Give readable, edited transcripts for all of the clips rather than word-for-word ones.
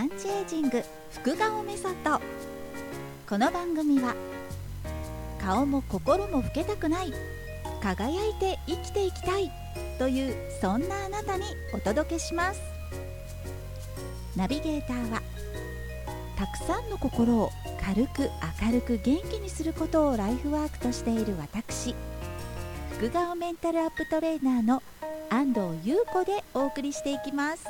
ンチエイジング副顔メソッド。この番組は顔も心も老けたくない、輝いて生きていきたいというそんなあなたにお届けします。ナビゲーターはたくさんの心を軽く明るく元気にすることをライフワークとしている私、副顔メンタルアップトレーナーの安藤優子でお送りしていきます。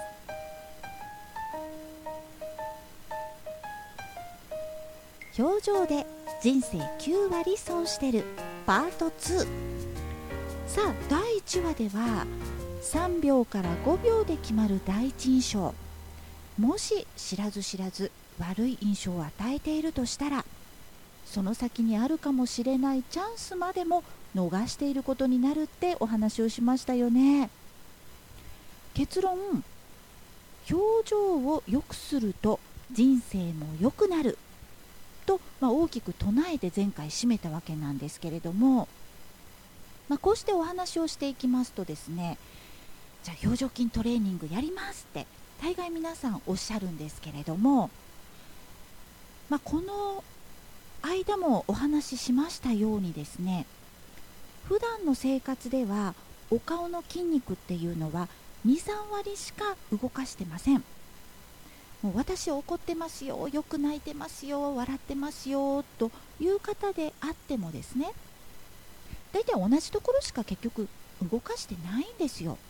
表情で人生9割損してるパート2。さあ、第1話では3秒から5秒で決まる第一印象。もし知らず知らず悪い印象を与えているとしたら、その先にあるかもしれないチャンスまでも逃していることになるってお話をしましたよね。結論、表情を良くすると人生も良くなると、大きく唱えて前回締めたわけなんですけれども、こうしてお話をしていきますとですね、じゃあ表情筋トレーニングやりますって大概皆さんおっしゃるんですけれども、この間もお話ししましたようにですね、普段の生活ではお顔の筋肉っていうのは 2,3 割しか動かしてません。もう私怒ってますよ、よく泣いてますよ、笑ってますよという方であってもですね、大体同じところしか結局動かしてないんですよ。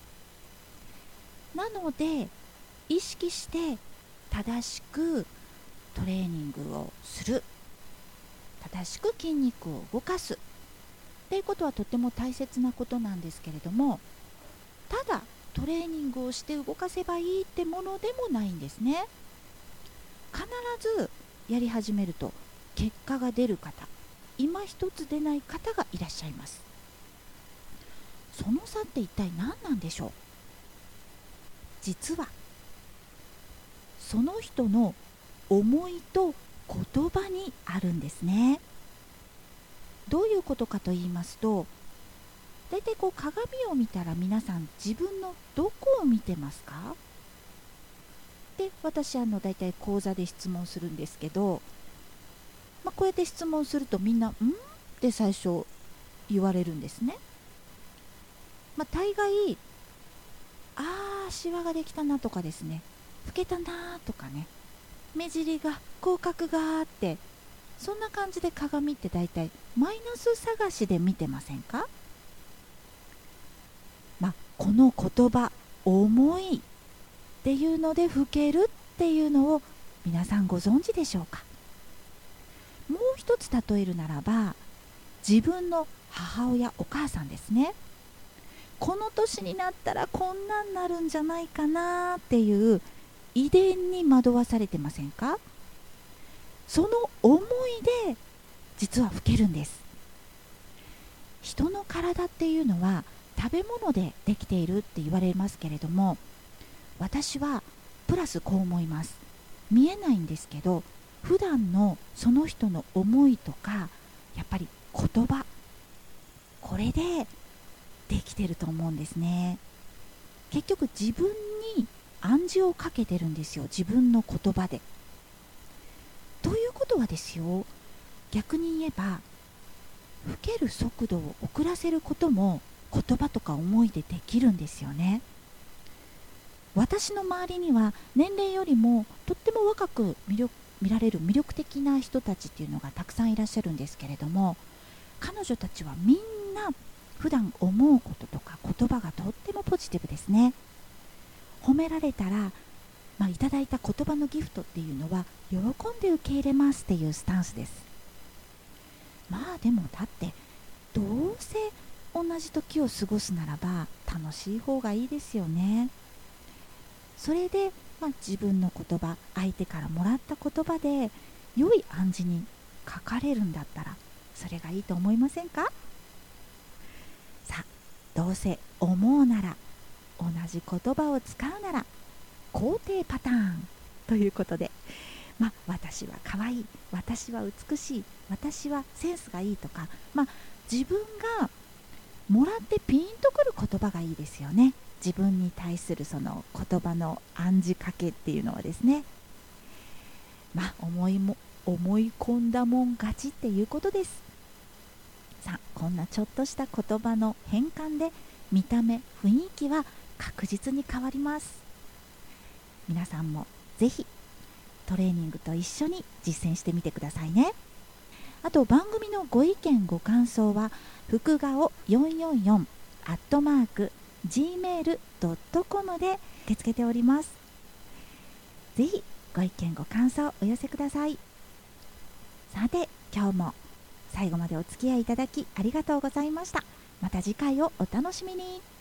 なので意識して正しくトレーニングをする、正しく筋肉を動かすっていうことはとても大切なことなんですけれども、ただトレーニングをして動かせばいいってものでもないんですね。必ずやり始めると結果が出る方、今一つ出ない方がいらっしゃいます。その差って一体何なんでしょう。実はその人の思いと言葉にあるんですね。どういうことかと言いますと、だいたい鏡を見たら皆さん自分のどこを見てますかで、私だいたい講座で質問するんですけど、こうやって質問するとみんな「ん?」って最初言われるんですね。大概シワができたなとかですね、老けたなとかね、目尻が口角があって、そんな感じで鏡ってだいたいマイナス探しで見てませんか。この言葉重いっていうので老けるっていうのを皆さんご存知でしょうか。もう一つ例えるならば、自分の母親お母さんですね。この年になったらこんなんなるんじゃないかなっていう遺伝に惑わされてませんか。その思いで実は老けるんです。人の体っていうのは食べ物でできているって言われますけれども、私はプラスこう思います。見えないんですけど、普段のその人の思いとか、やっぱり言葉、これでできてると思うんですね。結局自分に暗示をかけてるんですよ、自分の言葉で。ということはですよ、逆に言えば老ける速度を遅らせることも言葉とか思いでできるんですよね。私の周りには年齢よりもとっても若く見られる魅力的な人たちっていうのがたくさんいらっしゃるんですけれども、彼女たちはみんな普段思うこととか言葉がとってもポジティブですね。褒められたら、いただいた言葉のギフトっていうのは喜んで受け入れますっていうスタンスです。でもだってどうせ同じ時を過ごすならば楽しい方がいいですよね。それで、自分の言葉、相手からもらった言葉で良い暗示に書かれるんだったら、それがいいと思いませんか。さあ、どうせ思うなら、同じ言葉を使うなら肯定パターンということで、私は可愛い、私は美しい、私はセンスがいいとか、自分がもらってピンとくる言葉がいいですよね。自分に対するその言葉の暗示かけっていうのはですね。 思い込んだもん勝ちっていうことです。さあ、こんなちょっとした言葉の変換で見た目、雰囲気は確実に変わります。皆さんもぜひトレーニングと一緒に実践してみてくださいね。あと番組のご意見ご感想は福顔444@gmail.com で受け付けております。ぜひご意見ご感想お寄せください。さて、今日も最後までお付き合いいただきありがとうございました。また次回をお楽しみに。